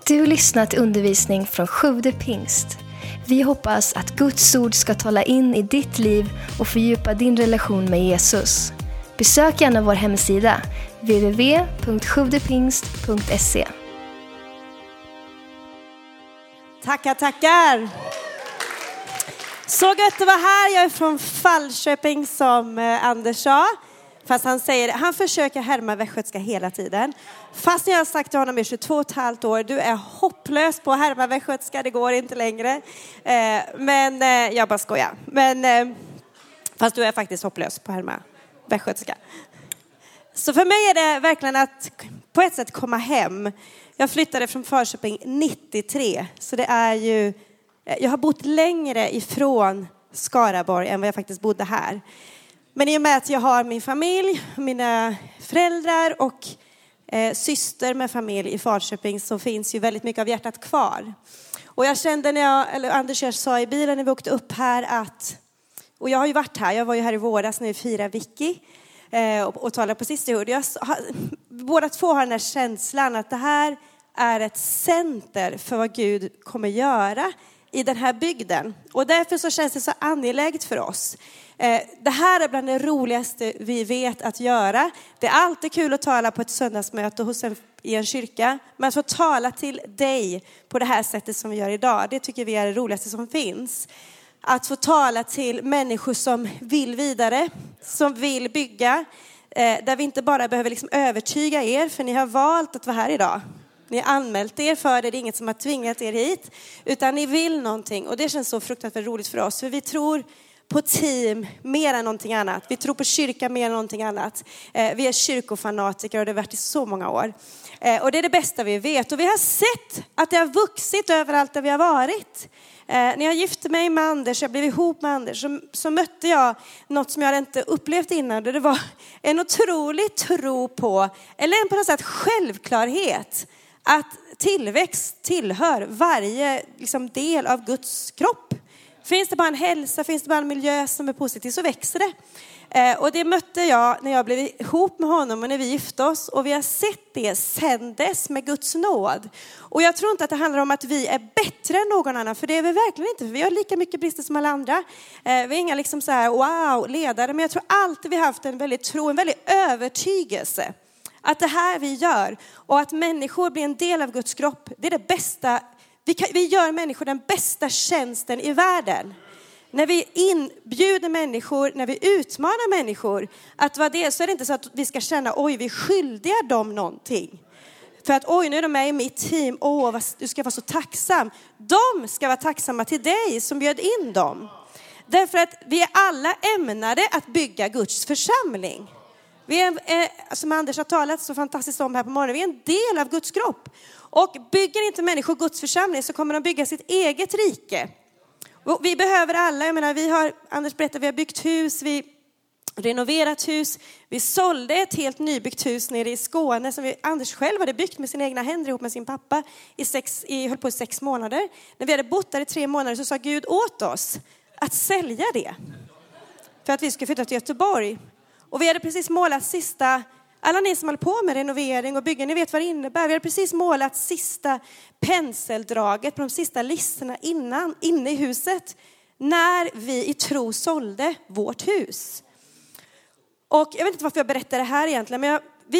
Du har lyssnat till undervisning från Sjude Pingst. Vi hoppas att Guds ord ska tala in i ditt liv och fördjupa din relation med Jesus. Besök gärna vår hemsida, www.sjuvdepingst.se. Tackar. Så gött att vara här. Jag är från Falköping som Anders sa. Fast han försöker härma västgötska hela tiden. Fast jag har sagt till honom i 22,5 år, du är hopplös på att härma västgötska, det går inte längre. Men jag bara skojar. Fast du är faktiskt hopplös på att härma västgötska. Så för mig är det verkligen att på ett sätt komma hem. Jag flyttade från Falköping 93. Så det är ju, jag har bott längre ifrån Skaraborg än vad jag faktiskt bodde här. Men i och med att jag har min familj, mina föräldrar och syster med familj i Falköping, så finns ju väldigt mycket av hjärtat kvar. Och jag kände Anders sa i bilen när vi åkte upp här att, och jag har ju varit här, jag var ju här i våras när vi firade Vicky och talade på sista ord. Båda två har den här känslan att det här är ett center för vad Gud kommer göra i den här bygden. Och därför så känns det så angeläget för oss. Det här är bland det roligaste vi vet att göra. Det är alltid kul att tala på ett söndagsmöte i en kyrka. Men att få tala till dig på det här sättet som vi gör idag, det tycker vi är det roligaste som finns. Att få tala till människor som vill vidare, som vill bygga. Där vi inte bara behöver liksom övertyga er, för ni har valt att vara här idag. Ni har anmält er för det, det är inget som har tvingat er hit. Utan ni vill någonting, och det känns så fruktansvärt roligt för oss. För vi tror på team mer än någonting annat. Vi tror på kyrka mer än någonting annat. Vi är kyrkofanatiker och det har varit i så många år. Och det är det bästa vi vet. Och vi har sett att det har vuxit överallt där vi har varit. När jag gifte mig med Anders, jag blev ihop med Anders, så mötte jag något som jag inte upplevt innan. Det var en otrolig tro på, eller en på något sätt självklarhet, att tillväxt tillhör varje del av Guds kropp. Finns det bara en hälsa, finns det bara en miljö som är positiv, så växer det. Och det mötte jag när jag blev ihop med honom och när vi gifte oss. Och vi har sett det sedan dess med Guds nåd. Och jag tror inte att det handlar om att vi är bättre än någon annan. För det är vi verkligen inte. För vi har lika mycket brister som alla andra. Vi är inga ledare. Men jag tror alltid vi har haft en väldigt övertygelse. Att det här vi gör och att människor blir en del av Guds kropp, det är det bästa. Vi gör människor den bästa tjänsten i världen. När vi inbjuder människor, när vi utmanar människor att vara det, så är det inte så att vi ska känna, vi är skyldiga dem någonting. För att nu är de med i mitt team, du ska vara så tacksam. De ska vara tacksamma till dig som bjöd in dem. Därför att vi är alla ämnade att bygga Guds församling. Vi är, som Anders har talat så fantastiskt om här på morgonen, vi är en del av Guds kropp. Och bygger inte människor Guds församling, så kommer de bygga sitt eget rike. Och vi behöver alla, Anders berättade, vi har byggt hus, vi renoverat hus. Vi sålde ett helt nybyggt hus nere i Skåne som Anders själv hade byggt med sina egna händer ihop med sin pappa höll på i 6 månader. När vi hade bott där i 3 månader så sa Gud åt oss att sälja det. För att vi skulle flytta till Göteborg. Och vi hade precis målat alla ni som håller på med renovering och byggen, ni vet vad det innebär. Vi hade precis målat sista penseldraget på de sista listerna inne i huset. När vi i tro sålde vårt hus. Och jag vet inte varför jag berättar det här egentligen. Men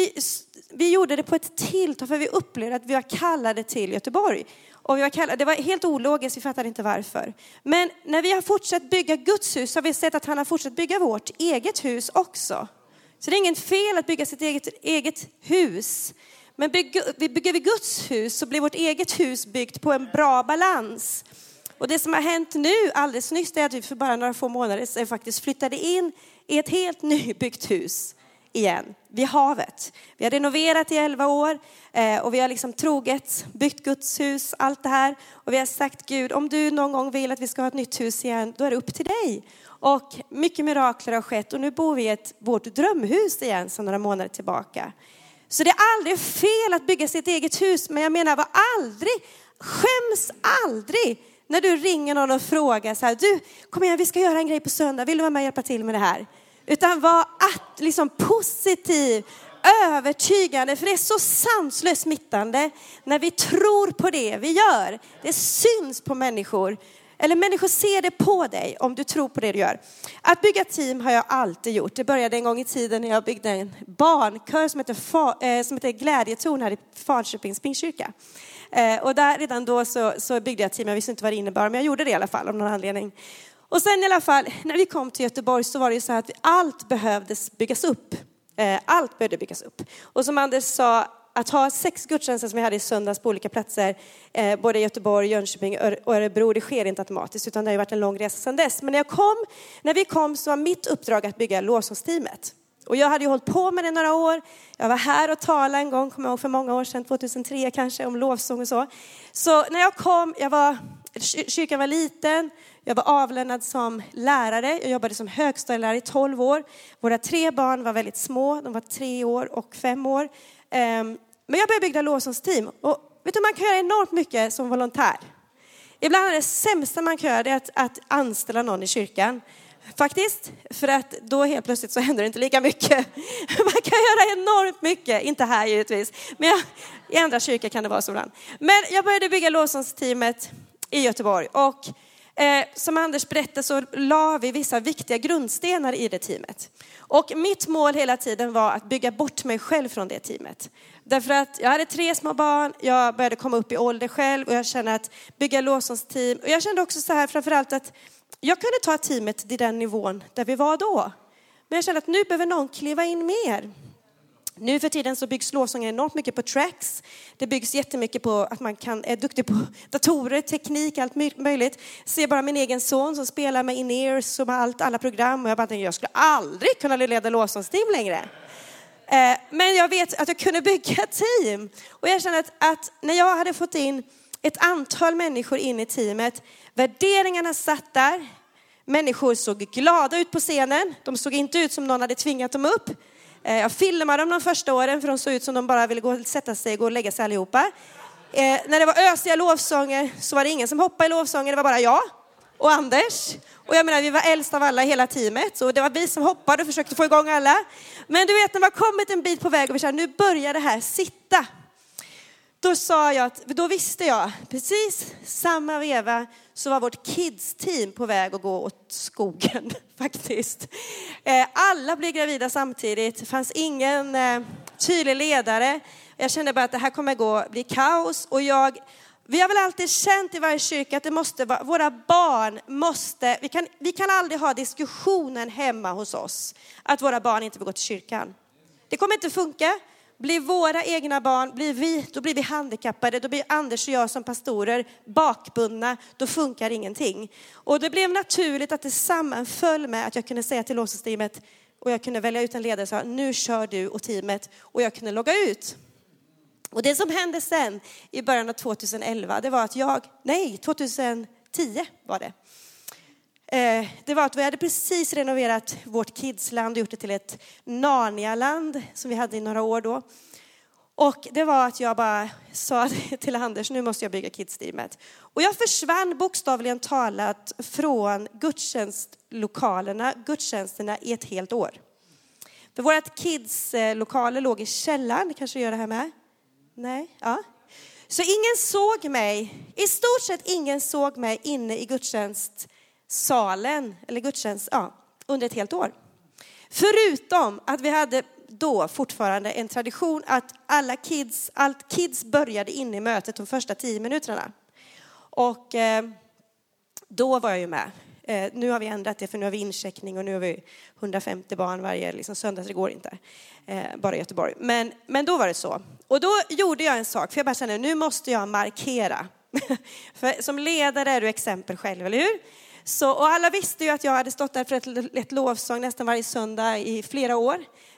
vi gjorde det på ett tilltal, för vi upplevde att vi var kallade till Göteborg. Och det var helt ologiskt, vi fattade inte varför. Men när vi har fortsatt bygga Guds hus, så har vi sett att han har fortsatt bygga vårt eget hus också. Så det är inget fel att bygga sitt eget hus. Men bygger vi Guds hus, så blir vårt eget hus byggt på en bra balans. Och det som har hänt nu alldeles nyss, är att vi för bara några få månader faktiskt flyttade in i ett helt nybyggt hus igen vid havet. Vi har renoverat i 11 år och vi har troget byggt Guds hus, allt det här. Och vi har sagt, Gud, om du någon gång vill att vi ska ha ett nytt hus igen, då är det upp till dig. Och mycket mirakler har skett och nu bor vi i vårt drömhus igen sedan några månader tillbaka. Så det är aldrig fel att bygga sitt eget hus, men jag menar, skäms aldrig när du ringer någon och frågar så här, du, kom igen, vi ska göra en grej på söndag, vill du vara med och hjälpa till med det här? Utan var positiv, övertygande, för det är så sanslöst smittande när vi tror på det vi gör. Det syns på människor. Eller människor ser det på dig om du tror på det du gör. Att bygga team har jag alltid gjort. Det började en gång i tiden när jag byggde en barnkör som heter Glädjeton här i Falköpings Pingstkyrka. Och där redan då så byggde jag team. Jag visste inte vad det innebar, men jag gjorde det i alla fall av någon anledning. Och sen i alla fall, när vi kom till Göteborg så var det ju så här att allt behövdes byggas upp. Allt behövde byggas upp. Och som Anders sa, att ha 6 gudstjänster som vi hade i söndags på olika platser, både i Göteborg, Jönköping och Örebro, det sker inte automatiskt, utan det har ju varit en lång resa sedan dess. Men när vi kom så var mitt uppdrag att bygga lovsångsteamet. Och jag hade ju hållit på med det några år. Jag var här och talade en gång, kommer jag ihåg, för många år sedan, 2003 kanske, om lovsång och så. Så när jag kom, kyrkan var liten. Jag var avlönad som lärare. Jag jobbade som högstadielärare i 12 år. Våra 3 barn var väldigt små. De var 3 år och 5 år. Men jag började bygga lovsångsteam. Och vet du, man kan göra enormt mycket som volontär. Ibland är det sämsta man kan göra det att anställa någon i kyrkan. Faktiskt. För att då helt plötsligt så händer det inte lika mycket. Man kan göra enormt mycket. Inte här givetvis. Men i andra kyrkor kan det vara så ibland. Men jag började bygga lovsångsteamet i Göteborg. Och som Anders berättade så la vi vissa viktiga grundstenar i det teamet. Och mitt mål hela tiden var att bygga bort mig själv från det teamet. Därför att jag hade 3 små barn, jag började komma upp i ålder själv och jag kände att bygga lovsångsteam. Och jag kände också så här framförallt att jag kunde ta teamet till den nivån där vi var då. Men jag kände att nu behöver någon kliva in mer. Nu för tiden så byggs lovsången enormt mycket på tracks. Det byggs jättemycket på att man är duktig på datorer, teknik, allt möjligt. Se bara min egen son som spelar med in-ears och med alla program. Och jag bara tänkte, jag skulle aldrig kunna leda lovsångsteam längre. Men jag vet att jag kunde bygga team. Och jag kände att när jag hade fått in ett antal människor in i teamet, värderingarna satt där. Människor såg glada ut på scenen. De såg inte ut som någon hade tvingat dem upp. Jag filmade dem de första åren för de såg ut som de bara ville gå och sätta sig och gå och lägga sig allihopa. När det var ösiga lovsånger så var det ingen som hoppade i lovsånger. Det var bara jag och Anders. Och jag menar, vi var äldst av alla i hela teamet. Så det var vi som hoppade och försökte få igång alla. Men du vet, när man kommit en bit på väg och vi kände, nu börjar det här sitta. Då visste jag, precis samma veva så var vårt kids-team på väg att gå åt skogen faktiskt. Alla blev gravida samtidigt, det fanns ingen tydlig ledare. Jag kände bara att det här kommer bli kaos. Och vi har väl alltid känt i varje kyrka att det måste vara, våra barn måste, vi kan aldrig ha diskussionen hemma hos oss att våra barn inte får gå till kyrkan. Det kommer inte funka. Blir våra egna barn, då blir vi handikappade, då blir Anders och jag som pastorer bakbundna, då funkar ingenting. Och det blev naturligt att det sammanföll med att jag kunde säga till lovsångsteamet och jag kunde välja ut en ledare och säga, nu kör du och teamet, och jag kunde logga ut. Och det som hände sen i början av 2011, det var att 2010 var det. Det var att vi hade precis renoverat vårt kidsland och gjort det till ett Narnia-land som vi hade i några år då. Och det var att jag bara sa till Anders, nu måste jag bygga kidsteamet. Och jag försvann bokstavligen talat från gudstjänsterna i ett helt år. För vårt kidslokaler låg i källaren, det kanske gör det här med? Nej, ja. Så ingen såg mig, i stort sett ingen såg mig inne i gudstjänstsalen eller under ett helt år. Förutom att vi hade då fortfarande en tradition att allt kids började inne i mötet de första 10 minuterna. Och då var jag ju med. Nu har vi ändrat det, för nu har vi incheckning och nu har vi 150 barn varje söndag, så det går inte. Bara i Göteborg. Men då var det så. Och då gjorde jag en sak, för jag bara kände, nu måste jag markera. För som ledare är du exempel själv, eller hur? Och alla visste ju att jag hade stått där för ett lovsång nästan varje söndag i flera år.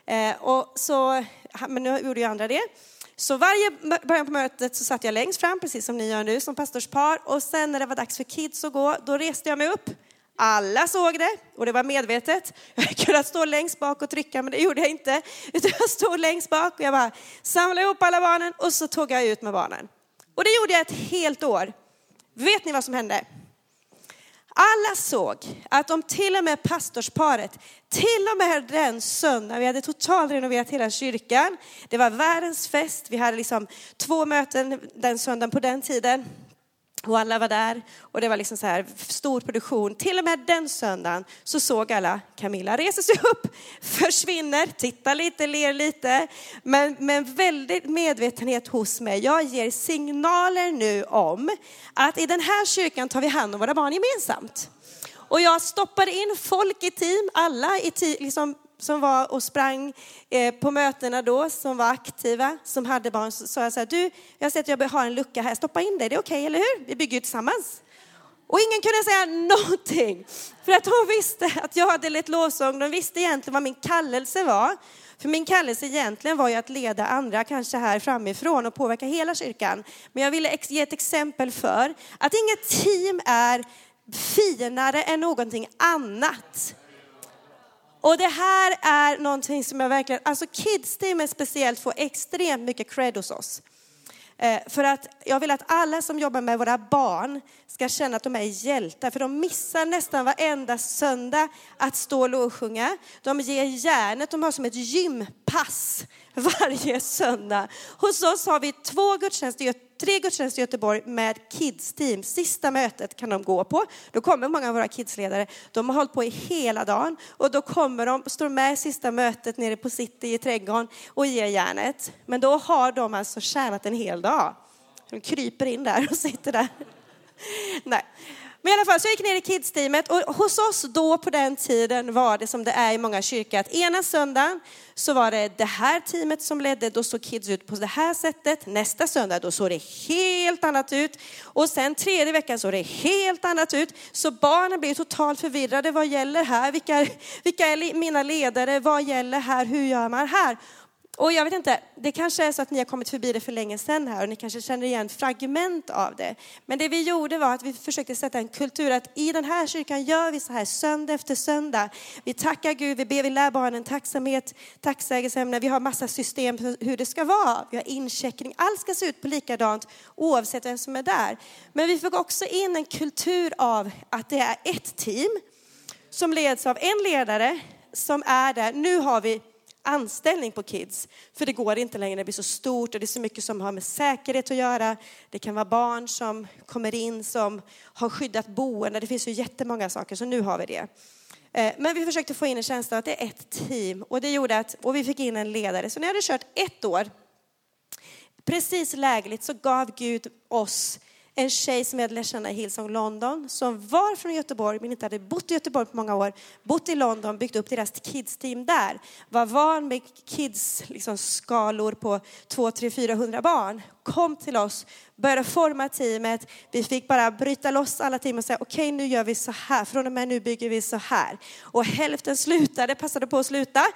Men nu gjorde ju andra det. Så varje början på mötet så satt jag längst fram, precis som ni gör nu som pastorspar. Och sen när det var dags för kids att gå, då reste jag mig upp. Alla såg det, och det var medvetet. Jag kunde stå längst bak och trycka, men det gjorde jag inte. Utan jag stod längst bak och jag bara samlade ihop alla barnen och så tog jag ut med barnen. Och det gjorde jag ett helt år. Vet ni vad som hände? Alla såg att om till och med pastorsparet, till och med den söndagen, vi hade totalt renoverat hela kyrkan. Det var världens fest. Vi hade liksom 2 möten den söndagen på den tiden. Och alla var där och det var liksom så här stor produktion. Till och med den söndagen så såg alla Camilla reser sig upp, försvinner, tittar lite, ler lite. Men väldigt medvetenhet hos mig. Jag ger signaler nu om att i den här kyrkan tar vi hand om våra barn gemensamt. Och jag stoppade in folk i team, alla i team, liksom, som var och sprang på mötena då, som var aktiva, som hade barn. Så sa jag så här, du, jag ser att jag har en lucka här, stoppa in dig, det är okej, eller hur? Vi bygger ju tillsammans. Och ingen kunde säga någonting, för att de visste att jag hade lite lovsång. De visste egentligen vad min kallelse var. För min kallelse egentligen var ju att leda andra, kanske här framifrån, och påverka hela kyrkan. Men jag ville ge ett exempel för att inget team är finare än någonting annat. Och det här är någonting som jag verkligen, alltså Kids Team är speciellt, får extremt mycket cred hos oss. För att jag vill att alla som jobbar med våra barn ska känna att de är hjältar. För de missar nästan varenda söndag att stå och lovsjunga. De ger järnet, de har som ett gympass varje söndag. Hos oss har vi 3 gudstjänster i Göteborg med Kids Team. Sista mötet kan de gå på. Då kommer många av våra kidsledare. De har hållit på i hela dagen. Och då kommer de, står med i sista mötet nere på City i trädgården och ger järnet. Men då har de alltså tjänat en hel dag. De kryper in där och sitter där. Nej. Men i alla fall så jag gick ner i Kids-teamet och hos oss då på den tiden var det som det är i många kyrkor. Att ena söndagen så var det här teamet som ledde, då såg kids ut på det här sättet. Nästa söndag då såg det helt annat ut. Och sen 3:e veckan såg det helt annat ut. Så barnen blev totalt förvirrade. Vad gäller här? Vilka är mina ledare? Vad gäller här? Hur gör man här? Och jag vet inte, det kanske är så att ni har kommit förbi det för länge sedan här och ni kanske känner igen fragment av det. Men det vi gjorde var att vi försökte sätta en kultur att i den här kyrkan gör vi så här söndag efter söndag. Vi tackar Gud, vi ber, vi lär barnen tacksamhet, tacksägelseämnen. Vi har massa system för hur det ska vara. Vi har incheckning, allt ska se ut på likadant oavsett vem som är där. Men vi fick också in en kultur av att det är ett team som leds av en ledare som är där. Nu har vi anställning på kids. För det går inte längre, det blir så stort och det är så mycket som har med säkerhet att göra. Det kan vara barn som kommer in som har skyddat boende. Det finns ju jättemånga saker, så nu har vi det. Men vi försökte få in en känsla att det är ett team. Och det gjorde att, och vi fick in en ledare. Så när jag hade kört 1 år, precis lägligt, så gav Gud oss en tjej som jag hade lärt känna i Hillsong London. Som var från Göteborg men inte hade bott i Göteborg på många år. Bott i London, byggt upp deras kids-team där. Var van med kids, liksom skalor på 200-400 barn. Kom till oss, började forma teamet. Vi fick bara bryta loss alla team och säga okej, nu gör vi så här. Från och med nu bygger vi så här. Och hälften slutade, passade på att sluta.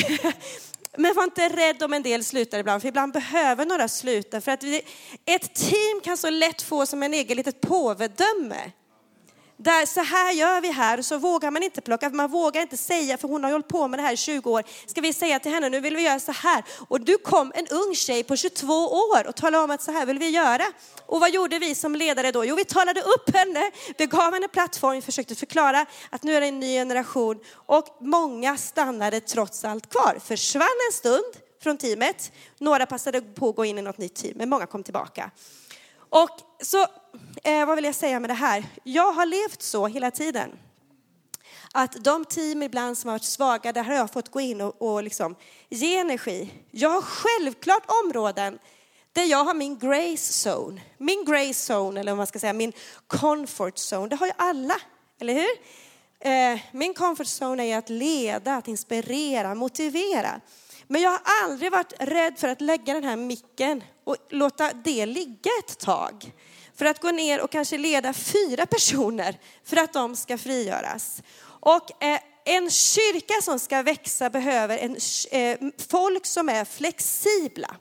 Men var inte rädd om en del slutar ibland. För ibland behöver några sluta. För att ett team kan så lätt få som en egen litet påvedöme. Där så här gör vi här. Och så vågar man inte plocka. Man vågar inte säga. För hon har hållit på med det här i 20 år. Ska vi säga till henne, nu vill vi göra så här. Och du kom en ung tjej på 22 år. Och talade om att så här vill vi göra. Och vad gjorde vi som ledare då? Jo, vi talade upp henne. Vi gav henne plattform. Vi försökte förklara att nu är det en ny generation. Och många stannade trots allt kvar. Försvann en stund från teamet. Några passade på att gå in i något nytt team. Men många kom tillbaka. Och så, vad vill jag säga med det här? Jag har levt så hela tiden. Att de team ibland som har varit svaga, där har jag fått gå in och liksom ge energi. Jag har självklart områden där jag har min grace zone. Min grace zone, eller vad man ska säga, min comfort zone. Det har ju alla, eller hur? Min comfort zone är att leda, att inspirera, motivera. Men jag har aldrig varit rädd för att lägga den här micken och låta det ligga ett tag. För att gå ner och kanske leda 4 personer för att de ska frigöras. Och en kyrka som ska växa behöver folk som är flexibla.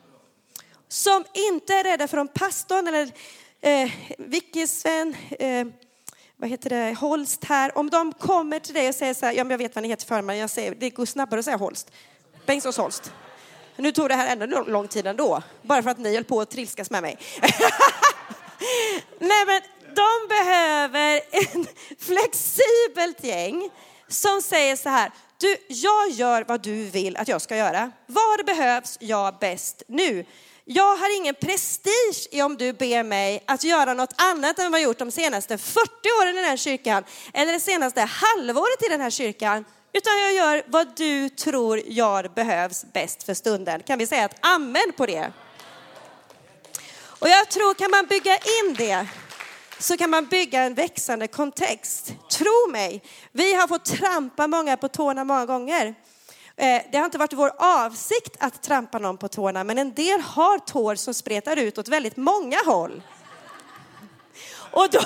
Som inte är rädda för om pastorn eller Vicky, Sven, Holst här. Om de kommer till dig och säger så här, ja men jag vet vad ni heter för mig. Jag säger, det går snabbare att säga Holst. Bengtsson Holst. Nu tog det här ändå lång tid ändå. Bara för att ni höll på att trilskas med mig. Nej men De behöver en flexibelt gäng som säger så här: du, jag gör vad du vill att jag ska göra. Vad behövs jag bäst nu? Jag har ingen prestige i om du ber mig att göra något annat än vad jag gjort de senaste 40 åren i den här kyrkan. Eller det senaste halvåret i den här kyrkan. Utan jag gör vad du tror jag behövs bäst för stunden. Kan vi säga ett amen på det? Och jag tror, kan man bygga in det, så kan man bygga en växande kontext. Tro mig, vi har fått trampa många på tårna många gånger. Det har inte varit vår avsikt att trampa någon på tårna, men en del har tår som spretar ut åt väldigt många håll. Och då,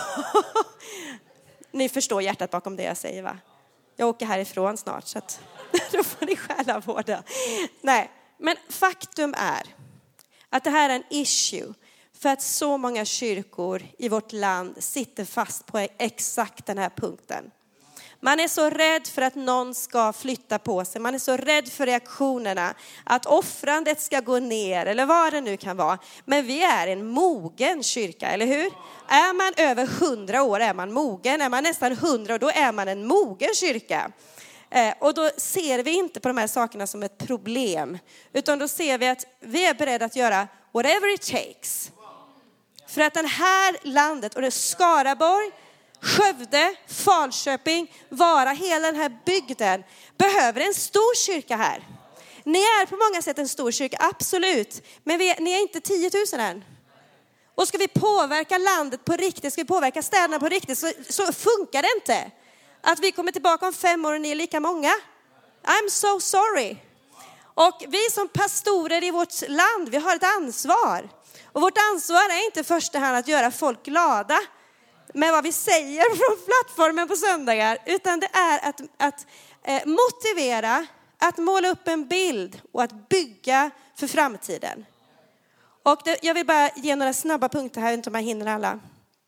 ni förstår hjärtat bakom det jag säger, va? Jag åker härifrån snart, så att då får ni själavårda. Nej, men faktum är att det här är en issue. För att så många kyrkor i vårt land sitter fast på exakt den här punkten. Man är så rädd för att någon ska flytta på sig. Man är så rädd för reaktionerna. Att offrandet ska gå ner eller vad det nu kan vara. Men vi är en mogen kyrka, eller hur? Är man över 100 år är man mogen. Är man nästan 100 år, då är man en mogen kyrka. Och då ser vi inte på de här sakerna som ett problem. Utan då ser vi att vi är beredda att göra whatever it takes. För att den här landet, och det är Skaraborg, Skövde, Falköping, Vara, hela den här bygden behöver en stor kyrka här. Ni är på många sätt en stor kyrka, absolut. Men ni är inte 10 000 än. Och ska vi påverka landet på riktigt, ska vi påverka städerna på riktigt, så funkar det inte. Att vi kommer tillbaka om 5 år och ni är lika många. I'm so sorry. Och vi som pastorer i vårt land, vi har ett ansvar. Och vårt ansvar är inte i första hand att göra folk glada med vad vi säger från plattformen på söndagar. Utan det är att motivera, att måla upp en bild och att bygga för framtiden. Och jag vill bara ge några snabba punkter här, inte om jag hinner alla.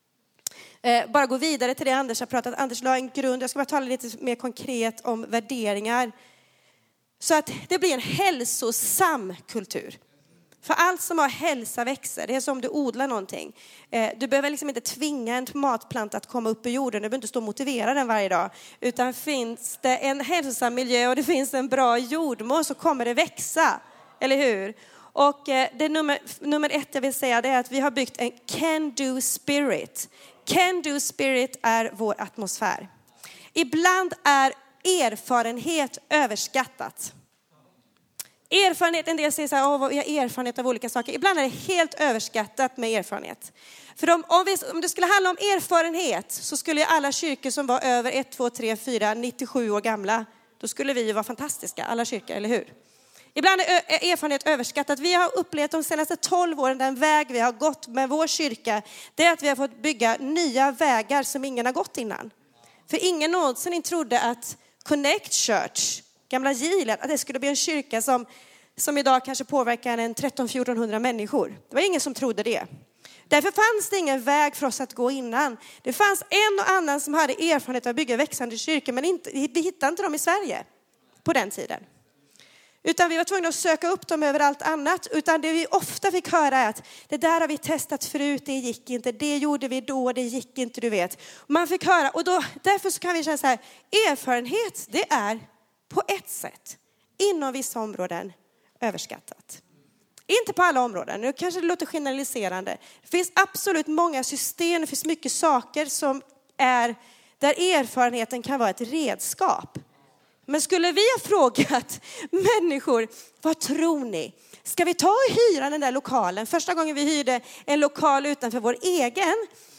Bara gå vidare till det Anders har pratat. Anders la en grund, jag ska bara tala lite mer konkret om värderingar. Så att det blir en hälsosam kultur. För allt som har hälsa växer. Det är som om du odlar någonting. Du behöver liksom inte tvinga en tomatplanta att komma upp ur jorden. Du behöver inte stå och motivera den varje dag. Utan finns det en hälsosam miljö och det finns en bra jordmån, så kommer det växa. Eller hur? Och det nummer 1 jag vill säga, det är att vi har byggt en can-do spirit. Can-do spirit är vår atmosfär. Ibland är erfarenhet överskattat. Erfarenhet, en del säger så här, jag har erfarenhet av olika saker. Ibland är det helt överskattat med erfarenhet. För om det skulle handla om erfarenhet, så skulle ju alla kyrkor som var över 1, 2, 3, 4, 97 år gamla, då skulle vi ju vara fantastiska, alla kyrkor, eller hur? Ibland är erfarenhet överskattat. Vi har upplevt de senaste 12 åren, den väg vi har gått med vår kyrka, det är att vi har fått bygga nya vägar som ingen har gått innan. För ingen någonsin trodde att Connect Church, gamla Gilen, att det skulle bli en kyrka som idag kanske påverkar en 1300-1400 människor. Det var ingen som trodde det. Därför fanns det ingen väg för oss att gå innan. Det fanns en och annan som hade erfarenhet av att bygga växande kyrkor, men vi hittade inte dem i Sverige på den tiden. Utan vi var tvungna att söka upp dem över allt annat. Utan det vi ofta fick höra är att det där har vi testat förut, det gick inte. Det gjorde vi då, det gick inte, du vet. Man fick höra, och därför så kan vi känna så här, erfarenhet, det är på ett sätt inom vissa områden överskattat. Inte på alla områden, nu kanske det låter generaliserande. Det finns absolut många system, det finns mycket saker som är där erfarenheten kan vara ett redskap. Men skulle vi ha frågat människor, vad tror ni? Ska vi ta och hyra den där lokalen? Första gången vi hyrde en lokal utanför vår egen.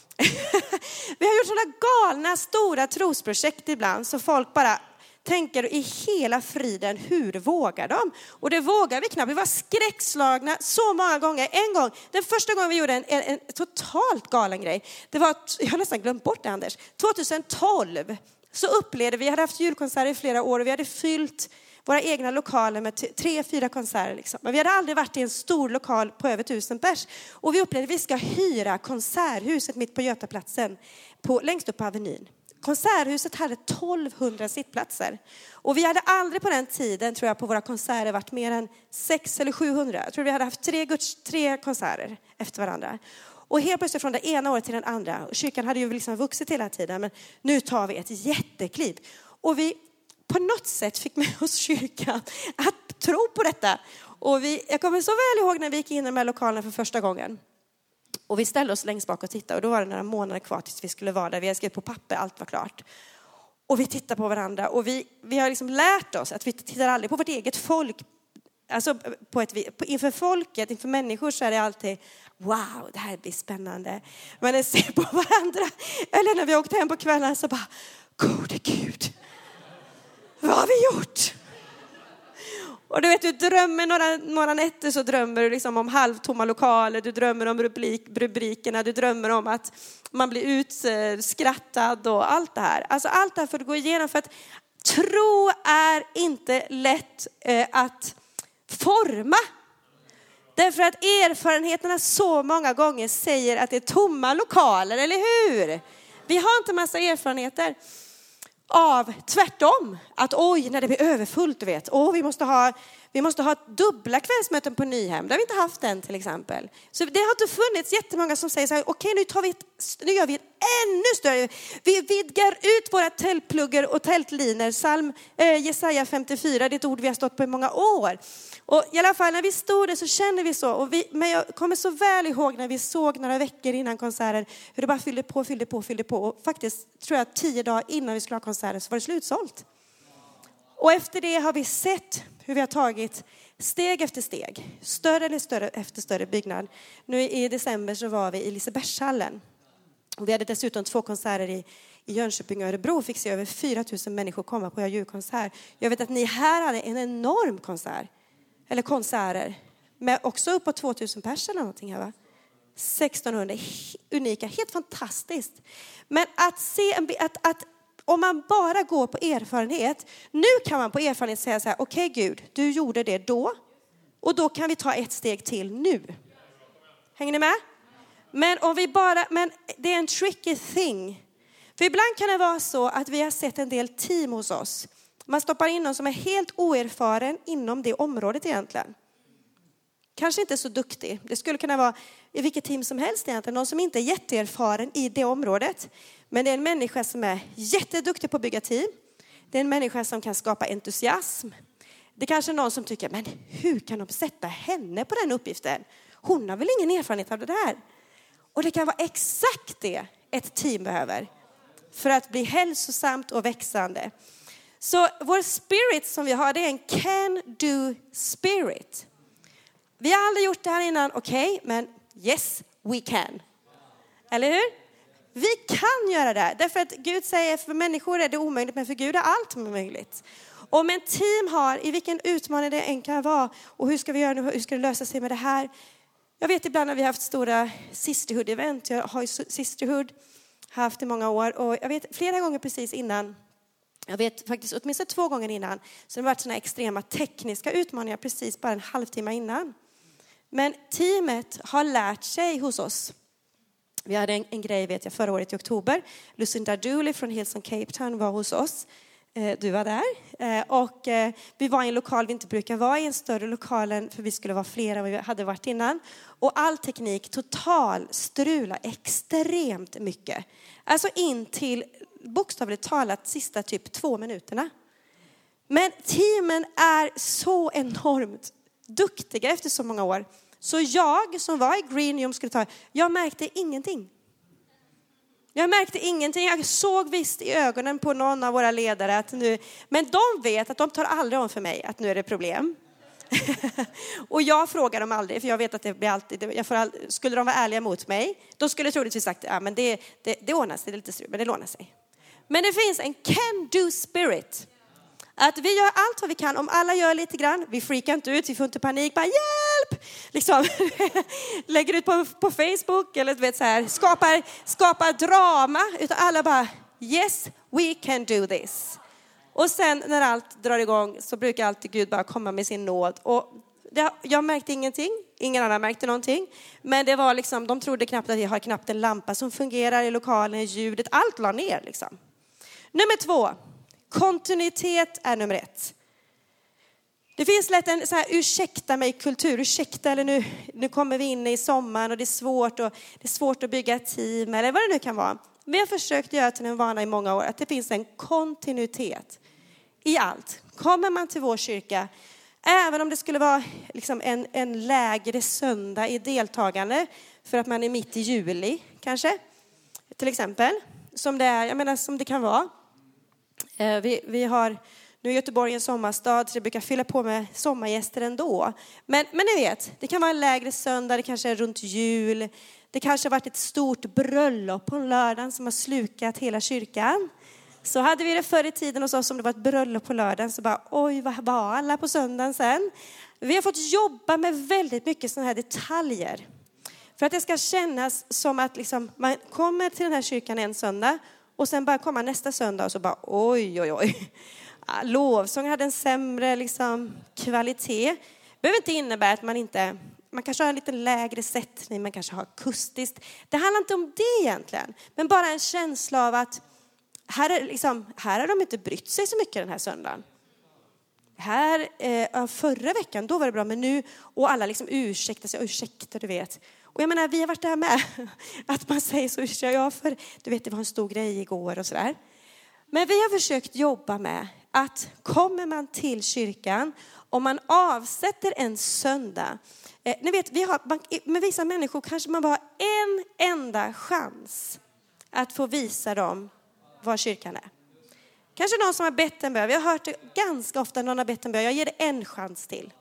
Vi har gjort sådana galna stora trosprojekt ibland, så folk bara tänker i hela friden, hur vågar de? Och det vågar vi knappt. Vi var skräckslagna så många gånger. En gång, den första gången vi gjorde en totalt galen grej. Det var, jag har nästan glömt bort det, Anders. 2012 så upplevde vi hade haft julkonserter i flera år och vi hade fyllt våra egna lokaler med 3-4 konserter. Liksom. Men vi hade aldrig varit i en stor lokal på över 1000 pers. Och vi upplevde att vi ska hyra konserthuset mitt på Götaplatsen längst upp på Avenyn. Konserthuset hade 1200 sittplatser. Och vi hade aldrig på den tiden, tror jag, på våra konserter varit mer än 600 eller 700. Jag tror vi hade haft tre konserter efter varandra. Och helt plötsligt från det ena året till den andra. Och kyrkan hade ju liksom vuxit hela tiden. Men nu tar vi ett jättekliv. Och vi på något sätt fick med oss kyrkan att tro på detta. Och jag kommer så väl ihåg när vi gick in i de här lokalerna för första gången. Och vi ställde oss längst bak och tittade. Och då var det några månader kvar tills vi skulle vara där. Vi hade skrivit på papper, allt var klart. Och vi tittar på varandra. Och vi har liksom lärt oss att vi tittar aldrig på vårt eget folk. Alltså inför folket, inför människor så är det alltid wow, det här blir spännande. Men när vi ser på varandra, eller när vi åkte hem på kvällen så bara, gode Gud, vad har vi gjort? Och du vet, du drömmer några nätter så drömmer du liksom om halvtomma lokaler. Du drömmer om rubrikerna. Du drömmer om att man blir utskrattad och allt det här. Alltså allt det här får du gå igenom för att tro är inte lätt att forma. Därför att erfarenheterna så många gånger säger att det är tomma lokaler, eller hur? Vi har inte massa erfarenheter av tvärtom. Att oj, när det blir överfullt, du vet. Vi måste ha dubbla kvällsmöten på Nyhem. Det har vi inte haft än till exempel. Så det har inte funnits jättemånga som säger så här, okej, nu gör vi ett ännu större. Vi vidgar ut våra tältpluggar och tältliner. Jesaja 54, det är ett ord vi har stått på i många år. Och i alla fall när vi stod där så kände vi så. Men jag kommer så väl ihåg när vi såg några veckor innan konserten hur det bara fyllde på. Och faktiskt tror jag 10 dagar innan vi skulle ha konserten så var det slutsålt. Och efter det har vi sett hur vi har tagit steg efter steg. Större efter större byggnad. Nu i december så var vi i Lisebergshallen. Och vi hade dessutom 2 konserter i Jönköping och Örebro. Fick se över 4 000 människor komma på julkonsert. Jag vet att ni här hade en enorm konsert. Eller konserter. Med också upp på 2000 pers eller någonting här, va? 1600. Unika. Helt fantastiskt. Men att se att om man bara går på erfarenhet. Nu kan man på erfarenhet säga så här. Okej, Gud, du gjorde det då. Och då kan vi ta ett steg till nu. Hänger ni med? Men det är en tricky thing. För ibland kan det vara så att vi har sett en del team hos oss. Man stoppar in någon som är helt oerfaren inom det området egentligen. Kanske inte så duktig. Det skulle kunna vara i vilket team som helst egentligen. Någon som inte är jätteerfaren i det området. Men det är en människa som är jätteduktig på att bygga team. Det är en människa som kan skapa entusiasm. Det är kanske någon som tycker, men hur kan de sätta henne på den uppgiften? Hon har väl ingen erfarenhet av det där. Och det kan vara exakt det ett team behöver. För att bli hälsosamt och växande. Så vår spirit som vi har, det är en can-do spirit. Vi har aldrig gjort det här innan, okej, men yes, we can. Eller hur? Vi kan göra det. Därför att Gud säger för människor är det omöjligt, men för Gud är allt möjligt. Om en team har, i vilken utmaning det än kan vara, och hur ska vi göra nu, hur ska det lösa sig med det här? Jag vet ibland när vi har haft stora Sisterhood-event, jag har ju Sisterhood haft i många år, och jag vet flera gånger precis innan, jag vet faktiskt åtminstone 2 gånger innan, så det har varit såna extrema tekniska utmaningar precis bara en halvtimme innan. Men teamet har lärt sig hos oss. Vi hade en grej, vet jag, förra året i oktober. Lucinda Dooley från Hillsong Cape Town var hos oss. Du var där. Och vi var i en lokal vi inte brukar vara i, en större lokal än för vi skulle vara fler än vi hade varit innan. Och all teknik total strula extremt mycket. Alltså in till bokstavligt talat sista typ 2 minuterna. Men teamen är så enormt duktiga efter så många år. Så jag som var i Green Room jag märkte ingenting. Jag såg visst i ögonen på någon av våra ledare att nu, men de vet att de tar aldrig om för mig att nu är det problem. Och jag frågar dem aldrig, för jag vet att det blir alltid, skulle de vara ärliga mot mig, då skulle jag troligtvis sagt, ja men det ordnar sig, det är lite strul, men det lånar sig. Men det finns en can-do spirit. Att vi gör allt vad vi kan. Om alla gör lite grann. Vi freakar inte ut. Vi får inte panik. Bara hjälp! Liksom. Lägger ut på Facebook. Eller du vet så här. Skapar drama. Utan alla bara yes, we can do this. Och sen när allt drar igång så brukar alltid Gud bara komma med sin nåd. Och jag märkte ingenting. Ingen annan märkte någonting. Men det var liksom, de trodde knappt att jag har knappt en lampa som fungerar i lokalen. Ljudet. Allt la ner liksom. Nummer 2. Kontinuitet är nummer 1. Det finns lätt en så här ursäkta mig kultur. Ursäkta, eller nu kommer vi in i sommaren och det är svårt att bygga ett team eller vad det nu kan vara. Vi har försökt göra till en vana i många år att det finns en kontinuitet i allt. Kommer man till vår kyrka, även om det skulle vara liksom en lägre söndag i deltagande för att man är mitt i juli kanske, till exempel, som det kan vara. Vi har nu Göteborg en sommarstad så det brukar fylla på med sommargäster ändå. Men ni vet, det kan vara en lägre söndag, det kanske är runt jul. Det kanske har varit ett stort bröllop på en lördag som har slukat hela kyrkan. Så hade vi det förr i tiden hos oss, om det var ett bröllop på lördagen så bara oj vad var alla på söndagen sen. Vi har fått jobba med väldigt mycket sådana här detaljer. För att det ska kännas som att liksom, man kommer till den här kyrkan en söndag och sen bara kommer nästa söndag och så bara oj. Lovsång hade en sämre liksom, kvalitet. Det behöver inte innebära att man kanske har en lite lägre sättning, man kanske har akustiskt. Det handlar inte om det egentligen. Men bara en känsla av att här har de inte brytt sig så mycket den här söndagen. Förra veckan, då var det bra, men nu, och alla liksom ursäkta, du vet. Och jag menar, vi har varit där med, att man säger så, för du vet, det var en stor grej igår och sådär. Men vi har försökt jobba med att kommer man till kyrkan, om man avsätter en söndag, ni vet, med vissa människor kanske man bara har en enda chans att få visa dem vad kyrkan är. Kanske någon som har bett en bön. Vi har hört det ganska ofta, någon har bett en bön. Jag ger det en chans till.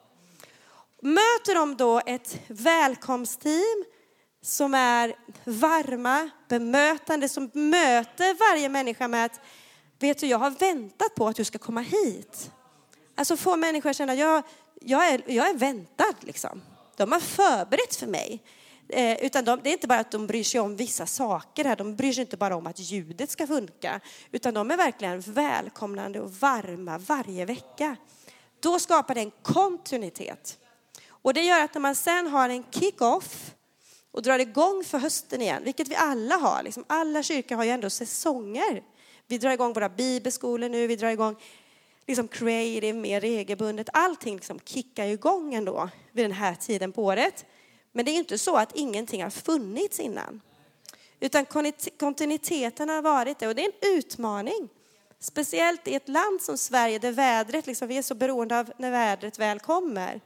Möter de då ett välkomstteam som är varma, bemötande, som möter varje människa med att vet du, jag har väntat på att du ska komma hit. Alltså få människor att känna att jag är väntad liksom. De har förberett för mig. Utan det är inte bara att de bryr sig om vissa saker här. De bryr sig inte bara om att ljudet ska funka. Utan de är verkligen välkomnande och varma varje vecka. Då skapar det en kontinuitet. Och det gör att när man sen har en kick-off och drar igång för hösten igen. Vilket vi alla har. Liksom alla kyrkor har ju ändå säsonger. Vi drar igång våra bibelskolor nu. Vi drar igång liksom creative mer regelbundet. Allting liksom kickar igång ändå vid den här tiden på året. Men det är inte så att ingenting har funnits innan. Utan kontinuiteten har varit det. Och det är en utmaning. Speciellt i ett land som Sverige där vädret, liksom, vi är så beroende av när vädret väl kommer.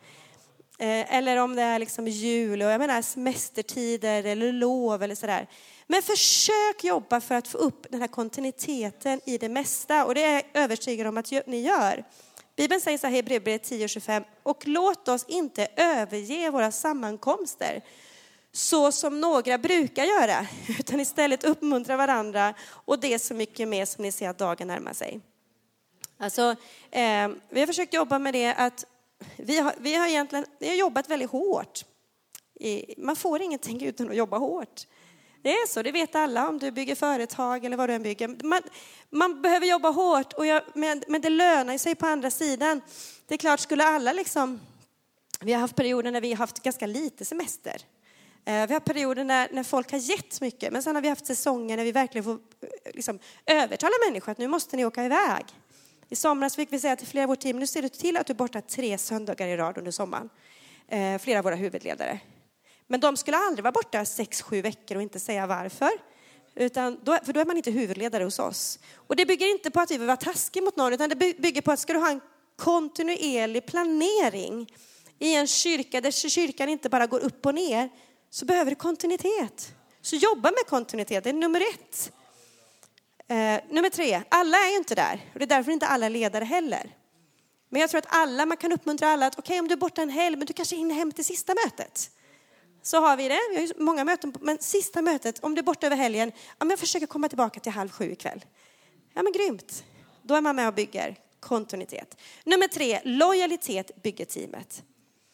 Eller om det är liksom jul och jag menar semestertider eller lov eller sådär. Men försök jobba för att få upp den här kontinuiteten i det mesta. Och det är jag övertygad om att ni gör. Bibeln säger så här i Hebreerbrevet 10:25. Och låt oss inte överge våra sammankomster så som några brukar göra. Utan istället uppmuntra varandra och det är så mycket mer som ni ser att dagen närmar sig. Alltså, vi har försökt jobba med det att vi har jobbat väldigt hårt. Man får ingenting utan att jobba hårt. Det är så, det vet alla om du bygger företag eller vad du än bygger. Man behöver jobba hårt, men det lönar sig på andra sidan. Det är klart, skulle alla liksom... Vi har haft perioder när vi har haft ganska lite semester. Vi har perioder när folk har gett mycket. Men sen har vi haft säsonger när vi verkligen får liksom, övertala människor att nu måste ni åka iväg. I somras fick vi säga till flera av vårt team, nu ser du till att du är borta 3 söndagar i rad under sommaren. Flera av våra huvudledare. Men de skulle aldrig vara borta 6-7 veckor och inte säga varför. För då är man inte huvudledare hos oss. Och det bygger inte på att vi vill vara taskiga mot någon. Utan det bygger på att ska du ha en kontinuerlig planering i en kyrka där kyrkan inte bara går upp och ner. Så behöver du kontinuitet. Så jobba med kontinuitet. Det är nummer 1. Nummer 3. Alla är ju inte där. Och det är därför inte alla ledare heller. Men jag tror att man kan uppmuntra alla att okej, om du är borta en helg men du kanske hinner hem till sista mötet. Så har vi det. Vi har ju många möten. Men sista mötet, om du är borta över helgen. Ja, men jag försöker komma tillbaka till 6:30 ikväll. Ja, men grymt. Då är man med och bygger kontinuitet. Nummer 3. Lojalitet bygger teamet.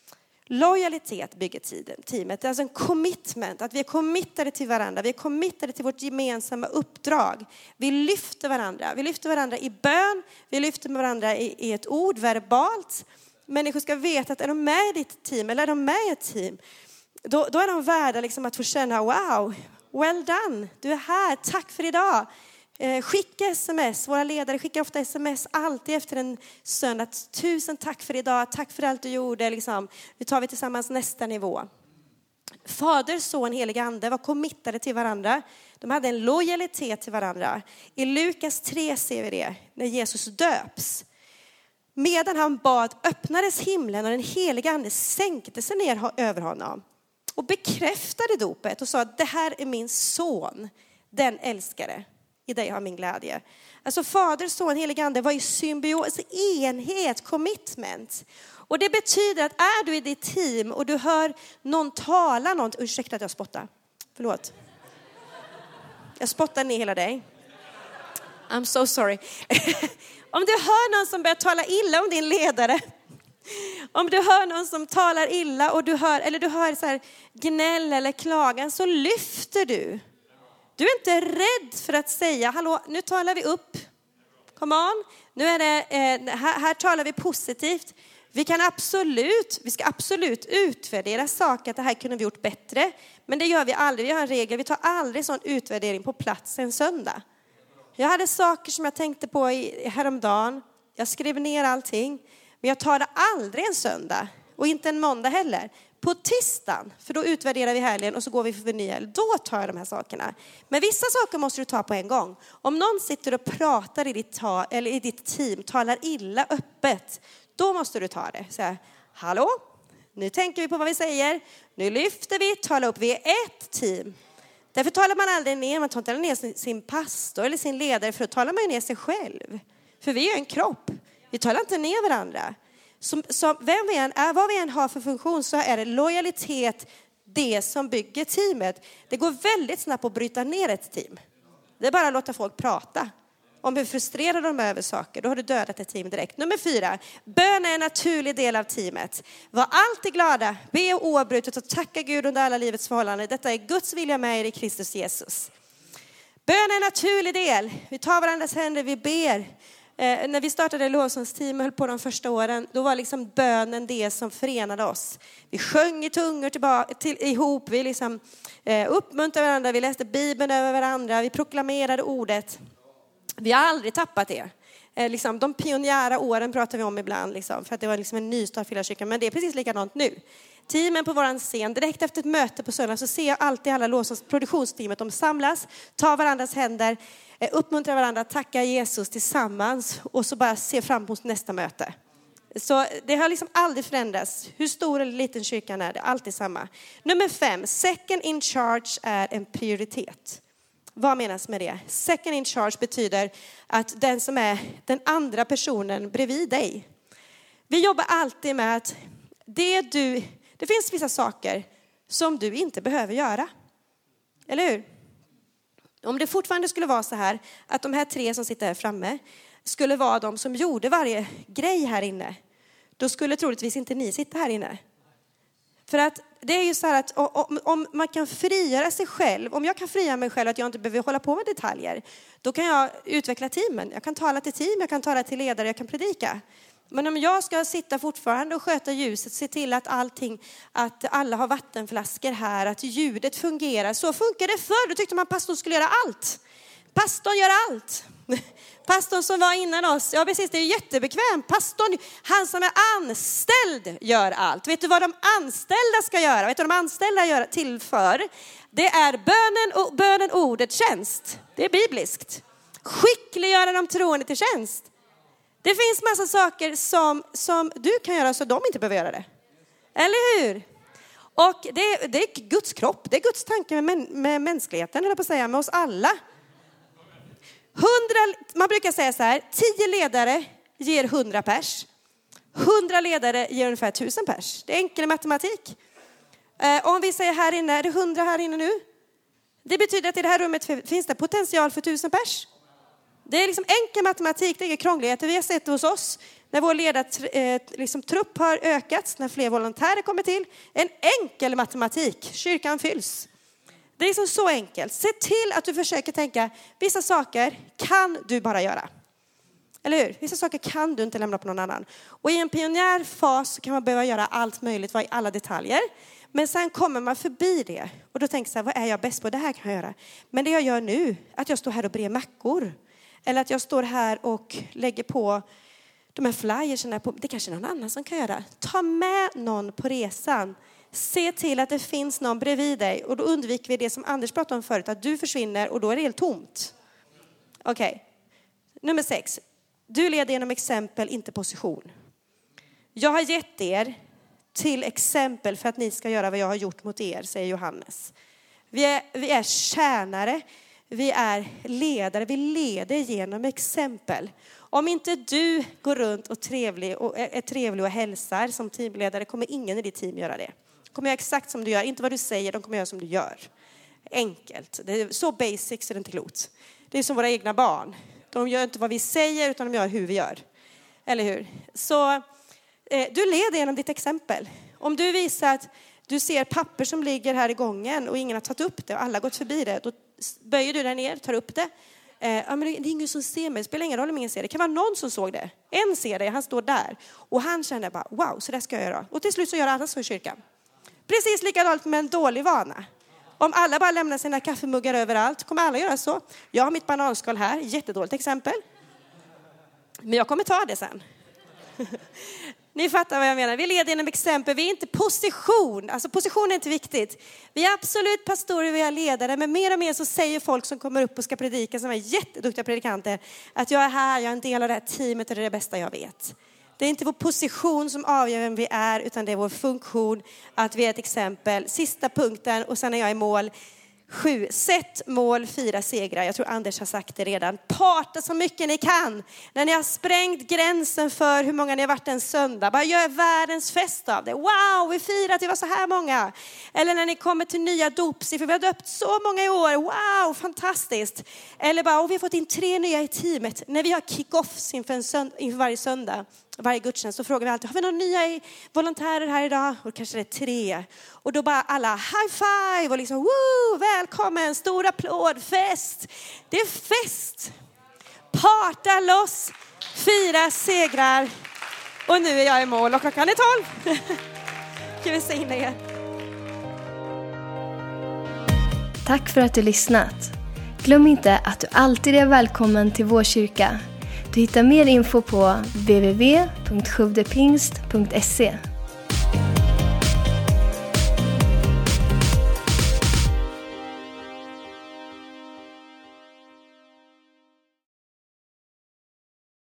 Lojalitet bygger teamet. Det är alltså en commitment. Att vi är committade till varandra. Vi är committade till vårt gemensamma uppdrag. Vi lyfter varandra. Vi lyfter varandra i bön. Vi lyfter varandra i ett ord, verbalt. Människor ska veta att är de med i ditt team eller är de med i ett team. Då är de värda liksom att få känna, wow, well done, du är här, tack för idag. Skicka sms. Våra ledare skickar ofta sms alltid efter en söndag. Tusen tack för idag. Tack för allt du gjorde. Liksom. Nu tar vi tillsammans nästa nivå. Fader, son, helig ande var committade till varandra. De hade en lojalitet till varandra. I Lukas 3 ser vi det. När Jesus döps. Medan han bad öppnades himlen och den heliga ande sänkte sig ner över honom. Och bekräftade dopet och sa att det här är min son. Den älskare. I dig har min glädje. Alltså fader, son, helig ande var ju symbios, enhet, commitment. Och det betyder att är du i ditt team och du hör någon tala något. Ursäkta att jag spottar. Förlåt. Jag spottar ner hela dig. I'm so sorry. Om du hör någon som börjar tala illa om din ledare. Om du hör någon som talar illa och du hör så här gnäll eller klagan, så lyfter du. Du är inte rädd för att säga, hallå, nu talar vi upp. Come on. Nu är det, här talar vi positivt. Vi ska absolut utvärdera saker, att det här kunde vi gjort bättre. Men det gör vi aldrig. Vi har en regel, vi tar aldrig sån utvärdering på plats en söndag. Jag hade saker som jag tänkte på häromdagen. Jag skrev ner allting. Men jag tar det aldrig en söndag. Och inte en måndag heller. På tisdagen, för då utvärderar vi helgen och så går vi för förnyelse. Då tar jag de här sakerna. Men vissa saker måste du ta på en gång. Om någon sitter och pratar i ditt team, talar illa öppet, då måste du ta det. Så här, hallå, nu tänker vi på vad vi säger. Nu lyfter vi, talar upp, vi är ett team. Därför talar man aldrig ner, man tar inte ner sin pastor eller sin ledare, för då talar man ner sig själv. För vi är en kropp, vi talar inte ner varandra. Så vad vi än har för funktion, så är det lojalitet det som bygger teamet. Det går väldigt snabbt att bryta ner ett team. Det är bara att låta folk prata om hur frustrerade de är över saker. Då har du dödat ett team direkt. Nummer 4. Bön är en naturlig del av teamet. Var alltid glada, be oavbrutet och tacka Gud under alla livets förhållanden. Detta är Guds vilja med er i Kristus Jesus. Bön är en naturlig del. Vi tar varandras händer, vi ber. När vi startade lovsångsteam och höll på de första åren, då var liksom bönen det som förenade oss. Vi sjöng i tungor ihop, vi liksom uppmuntrade varandra, vi läste Bibeln över varandra, vi proklamerade ordet. Vi har aldrig tappat det. De pionjära åren pratar vi om ibland, för att det var liksom en nystart för hela kyrkan, men det är precis likadant nu. Teamen på våran scen, direkt efter ett möte på söndag, så ser jag alltid alla produktionsteamet, de samlas, tar varandras händer, uppmuntrar varandra, tackar Jesus tillsammans och så bara ser fram emot nästa möte. Så det har liksom aldrig förändrats. Hur stor eller liten kyrkan är, det är alltid samma. Nummer 5, second in charge är en prioritet. Vad menas med det? Second in charge betyder att den som är den andra personen bredvid dig. Vi jobbar alltid med att det finns vissa saker som du inte behöver göra. Eller hur? Om det fortfarande skulle vara så här att de här 3 som sitter här framme skulle vara de som gjorde varje grej här inne, då skulle troligtvis inte ni sitta här inne. För att det är ju så här att om man kan frigöra sig själv, om jag kan frigöra mig själv att jag inte behöver hålla på med detaljer, då kan jag utveckla teamen. Jag kan tala till team, jag kan tala till ledare, jag kan predika. Men om jag ska sitta fortfarande och sköta ljuset, se till att att alla har vattenflaskor här, att ljudet fungerar. Så funkar det förr. Då tyckte man pastorn skulle göra allt. Pastorn gör allt. Pastorn som var innan oss, ja precis, det är jättebekvämt. Pastorn, han som är anställd, gör allt. Vet du vad de anställda ska göra? Vet du vad de anställda gör till för? Det är bönen, ordet, tjänst. Det är bibliskt. Skickliggöra de troende till tjänst. Det finns massa saker som du kan göra så de inte behöver göra det. Eller hur? Och det är Guds kropp. Det är Guds tanke med mänskligheten, eller på att säga, med oss alla. 100, man brukar säga så här, 10 ledare ger 100 pers. 100 ledare ger ungefär 1000 pers. Det är enkel matematik. Om vi säger här inne, är det 100 här inne nu? Det betyder att i det här rummet finns det potential för 1000 pers. Det är liksom enkel matematik, det är inga krångligheter. Vi har sett det hos oss när vår ledartrupp har ökat, när fler volontärer kommer till. En enkel matematik, kyrkan fylls. Det är liksom så enkelt. Se till att du försöker tänka, vissa saker kan du bara göra. Eller hur? Vissa saker kan du inte lämna på någon annan. Och i en pionjärfas kan man behöva göra allt möjligt, vara i alla detaljer. Men sen kommer man förbi det. Och då tänker jag så här, vad är jag bäst på? Det här kan jag göra. Men det jag gör nu, att jag står här och brer mackor. Eller att jag står här och lägger på de här flyersen. Det kanske någon annan som kan göra. Ta med någon på resan. Se till att det finns någon bredvid dig. Och då undviker vi det som Anders pratade om förut. Att du försvinner och då är det helt tomt. Okej. Nummer 6. Du leder genom exempel, inte position. Jag har gett er till exempel för att ni ska göra vad jag har gjort mot er, säger Johannes. Vi är tjänare. Vi är ledare. Vi leder genom exempel. Om inte du går runt och är trevlig och hälsar som teamledare, kommer ingen i ditt team göra det. De kommer göra exakt som du gör. Inte vad du säger, de kommer göra som du gör. Enkelt. Det är så basic så det är inte klokt. Det är som våra egna barn. De gör inte vad vi säger utan de gör hur vi gör. Eller hur? Så du leder genom ditt exempel. Om du visar att du ser papper som ligger här i gången och ingen har tagit upp det och alla har gått förbi det. Då böjer du dig ner, tar upp det. Men det är ingen som ser mig. Det spelar ingen roll om ingen ser det. Det kan vara någon som såg det. En ser det, han står där. Och han känner bara, wow, så det ska jag göra. Och till slut så gör alla så i kyrkan. Precis likadant med en dålig vana. Om alla bara lämnar sina kaffemuggar överallt, kommer alla göra så. Jag har mitt bananskal här, jättedåligt exempel. Men jag kommer ta det sen. Ni fattar vad jag menar. Vi leder genom exempel. Vi är inte position. Alltså position är inte viktigt. Vi är absolut pastorer, vi är ledare. Men mer och mer så säger folk som kommer upp och ska predika, som är jätteduktiga predikanter, att jag är här, jag är en del av det här teamet och det är det bästa jag vet. Det är inte vår position som avgör vem vi är, utan det är vår funktion att vi är ett exempel. Sista punkten och sen är jag i mål. 7. Sätt mål, 4 segrar. Jag tror Anders har sagt det redan. Parta så mycket ni kan. När ni har sprängt gränsen för hur många ni har varit en söndag. Bara gör världens fest av det. Wow, vi firar att vi var så här många. Eller när ni kommer till nya dopsiffror. Vi har döpt så många i år. Wow, fantastiskt. Eller bara, vi har fått in 3 nya i teamet. När vi har kick-offs inför varje söndag. Varje gudstjänst så frågar vi alltid, har vi några nya volontärer här idag? Och kanske det är 3. Och då bara alla high five och liksom, woo, välkommen, stor applåd, fest. Det är fest. Parta loss, 4 segrar. Och nu är jag i mål och klockan är 12. Kan vi säga er. Tack för att du lyssnat. Glöm inte att du alltid är välkommen till vår kyrka. Du hittar mer info på www.sjuvdepingst.se.